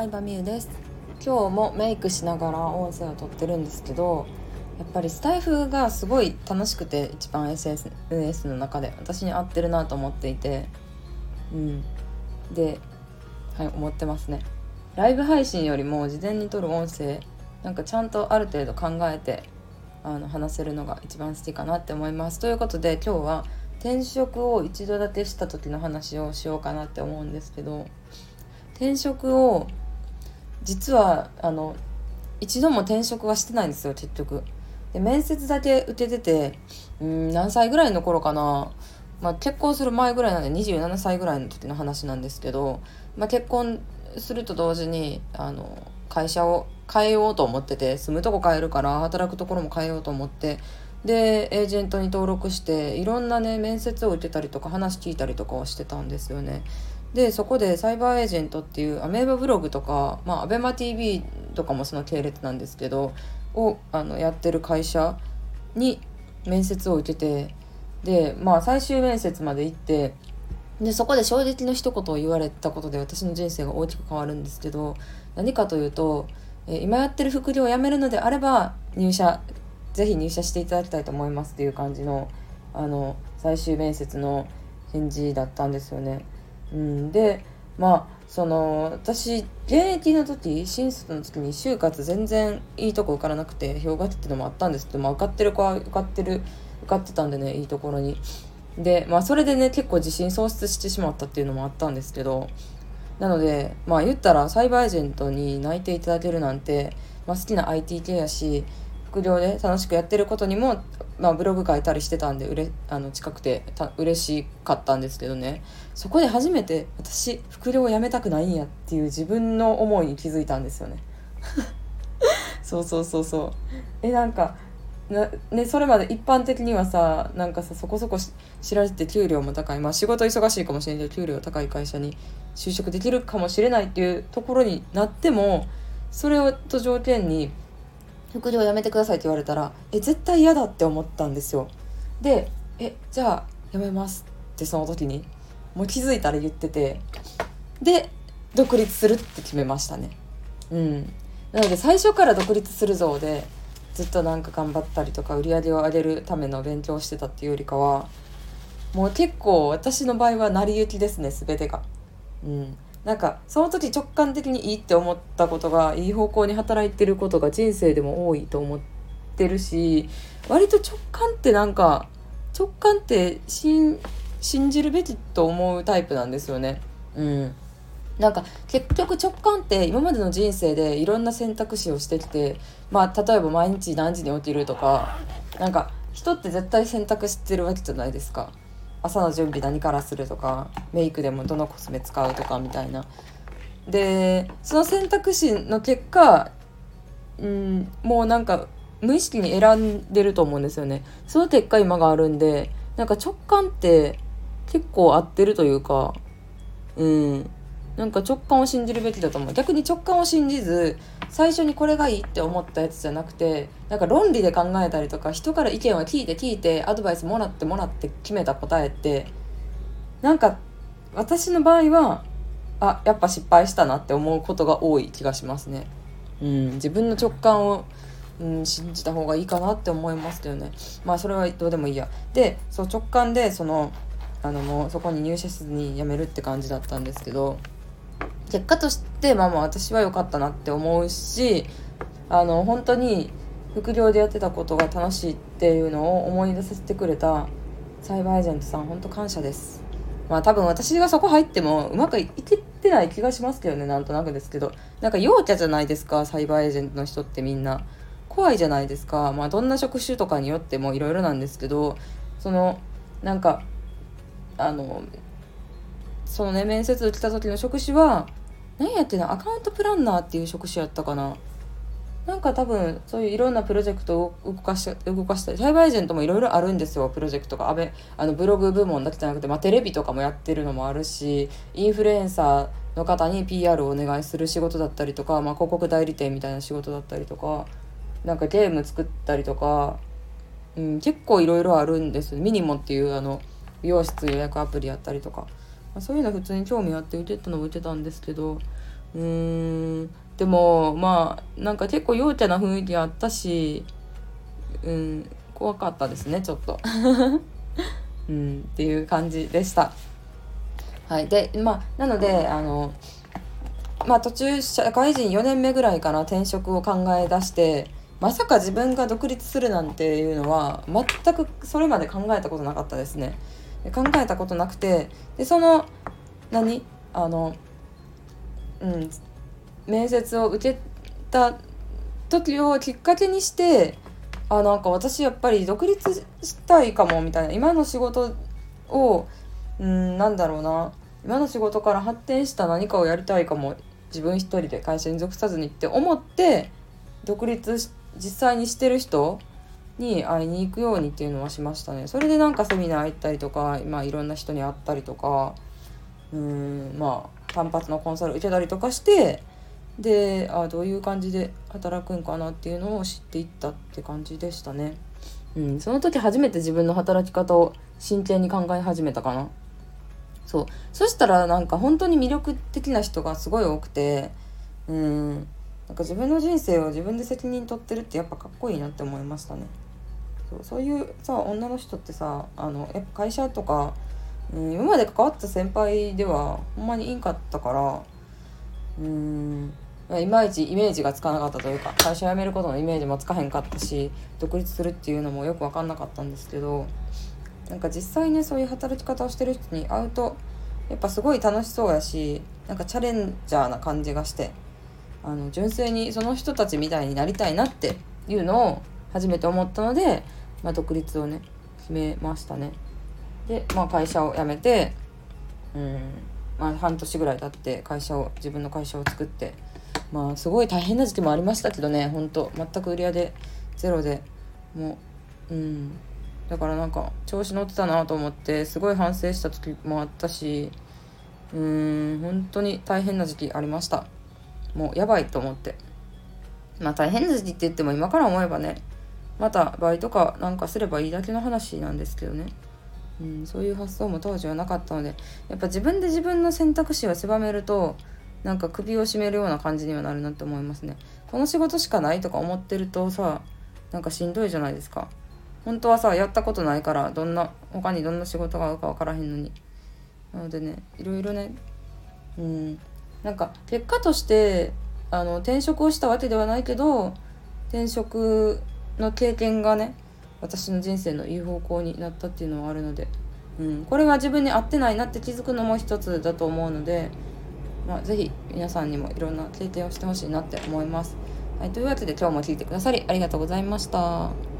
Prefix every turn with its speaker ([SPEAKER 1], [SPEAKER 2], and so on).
[SPEAKER 1] 相葉美優です。今日もメイクしながら音声を撮ってるんですけど、やっぱりスタイフがすごい楽しくて、一番 SNS の中で私に合ってるなと思っていて、で、思ってますね。ライブ配信よりも事前に撮る音声、なんかちゃんとある程度考えて話せるのが一番好きかなって思います。ということで今日は転職を一度立てした時の話をしようかなって思うんですけど、転職を実は一度も転職はしてないんですよ、結局。で、面接だけ受けてて、何歳ぐらいの頃かな、結婚する前ぐらいなんで27歳ぐらいの時の話なんですけど、結婚すると同時に会社を変えようと思ってて、住むとこ変えるから働くところも変えようと思って、でエージェントに登録していろんなね面接を受けたりとか話聞いたりとかをしてたんですよね。でそこでサイバーエージェントっていうアメーバブログとか、アベマ TV とかもその系列なんですけどをやってる会社に面接を受けて、で最終面接まで行って、でそこで衝撃の一言を言われたことで私の人生が大きく変わるんですけど、何かというと、今やってる副業を辞めるのであればぜひ入社していただきたいと思いますっていう感じの最終面接の返事だったんですよね。で私現役の時新卒の時に就活全然いいとこ受からなくて氷河期ってのもあったんですけど、受かってる子は受かってたんでね、いいところに。でそれでね結構自信喪失してしまったっていうのもあったんですけど、なので言ったらサイバーエージェントに内定いただけるなんて、好きな IT 系やし副業で楽しくやってることにも、ブログ書いたりしてたんで近くて嬉しかったんですけどね、そこで初めて私副業をやめたくないんやっていう自分の思いに気づいたんですよね。そうなんかそれまで一般的にはさ、そこそこ知られて給料も高い、仕事忙しいかもしれないけど給料高い会社に就職できるかもしれないっていうところになっても、それをと条件に副業やめてくださいって言われたら絶対嫌だって思ったんですよ。でじゃあやめますってその時にもう気づいたら言ってて、で独立するって決めましたね。なので最初から独立するぞでずっと頑張ったりとか売り上げを上げるための勉強をしてたっていうよりかは、もう結構私の場合は成り行きですね、全てが。その時直感的にいいって思ったことがいい方向に働いてることが人生でも多いと思ってるし、割と直感って信じるべきと思うタイプなんですよね。結局直感って今までの人生でいろんな選択肢をしてきて、例えば毎日何時に起きるとか、人って絶対選択してるわけじゃないですか。朝の準備何からするとか、メイクでもどのコスメ使うとかみたいな。でその選択肢の結果、もう無意識に選んでると思うんですよね。その結果今があるんで、直感って結構合ってるというか、直感を信じるべきだと思う。逆に直感を信じず最初にこれがいいって思ったやつじゃなくて、論理で考えたりとか人から意見を聞いてアドバイスもらって決めた答えって、私の場合はやっぱ失敗したなって思うことが多い気がしますね。自分の直感を、信じた方がいいかなって思いますけどね。それはどうでもいいや。でそう直感でもうそこに入社せずに辞めるって感じだったんですけど、結果として私は良かったなって思うし、本当に副業でやってたことが楽しいっていうのを思い出させてくれたサイバーエージェントさん本当感謝です。多分私がそこ入ってもうまくいけてない気がしますけどね、なんとなくですけど、陽キャじゃないですか、サイバーエージェントの人ってみんな怖いじゃないですか。どんな職種とかによってもいろいろなんですけど、面接来た時の職種は何やってアカウントプランナーっていう職種やったかな。多分そういういろんなプロジェクトを動かしたり、サイバーエージェントもいろいろあるんですよ、プロジェクトが。ブログ部門だけじゃなくて、テレビとかもやってるのもあるし、インフルエンサーの方に PR をお願いする仕事だったりとか、広告代理店みたいな仕事だったりとか、ゲーム作ったりとか、結構いろいろあるんです。ミニモっていう美容室予約アプリやったりとか、そういうの普通に興味あって受けたんですけど、 でもまあなんか結構陽キャな雰囲気あったし、怖かったですねちょっとっていう感じでした。はい。でなので途中社会人4年目ぐらいから転職を考え出して、まさか自分が独立するなんていうのは全くそれまで考えたことなかったですね。考えたことなくて、でその何あの面接を受けた時をきっかけにして、なんか私やっぱり独立したいかもみたいな、今の仕事をなんだろうな、今の仕事から発展した何かをやりたいかも、自分一人で会社に属さずにって思って独立実際にしてる人に会いに行くようにっていうのはしましたね。それでなんかセミナー行ったりとか、いろんな人に会ったりとか、単発のコンサル受けたりとかして、でどういう感じで働くんかなっていうのを知っていったって感じでしたね。その時初めて自分の働き方を真剣に考え始めたかな。そしたらなんか本当に魅力的な人がすごい多くて、なんか自分の人生を自分で責任取ってるってやっぱかっこいいなって思いましたね。そういうさ女の人ってさ、やっぱ会社とか、今まで関わった先輩ではほんまにいんかったから、いまいちイメージがつかなかったというか、会社辞めることのイメージもつかへんかったし、独立するっていうのもよく分かんなかったんですけど、なんか実際ねそういう働き方をしてる人に会うとやっぱすごい楽しそうやし、なんかチャレンジャーな感じがして、純粋にその人たちみたいになりたいなっていうのを初めて思ったので、独立をね決めましたね。で、会社を辞めて半年ぐらい経って自分の会社を作って、すごい大変な時期もありましたけどね、本当全く売り上げゼロで、もうだからなんか調子乗ってたなと思ってすごい反省した時もあったし、本当に大変な時期ありました。もうやばいと思って、大変な時期って言っても今から思えばね、またバイトかなんかすればいいだけの話なんですけどね。そういう発想も当時はなかったので、やっぱ自分で自分の選択肢を狭めるとなんか首を絞めるような感じにはなるなって思いますね。この仕事しかないとか思ってるとさ、なんかしんどいじゃないですか。本当はさやったことないから他にどんな仕事があるか分からへんのに。なのでね、いろいろね、なんか結果として転職をしたわけではないけど、転職の経験がね私の人生のいい方向になったっていうのはあるので、これが自分に合ってないなって気づくのも一つだと思うので、ぜひ皆さんにもいろんな経験をしてほしいなって思います。はい、というわけで今日も聞いてくださりありがとうございました。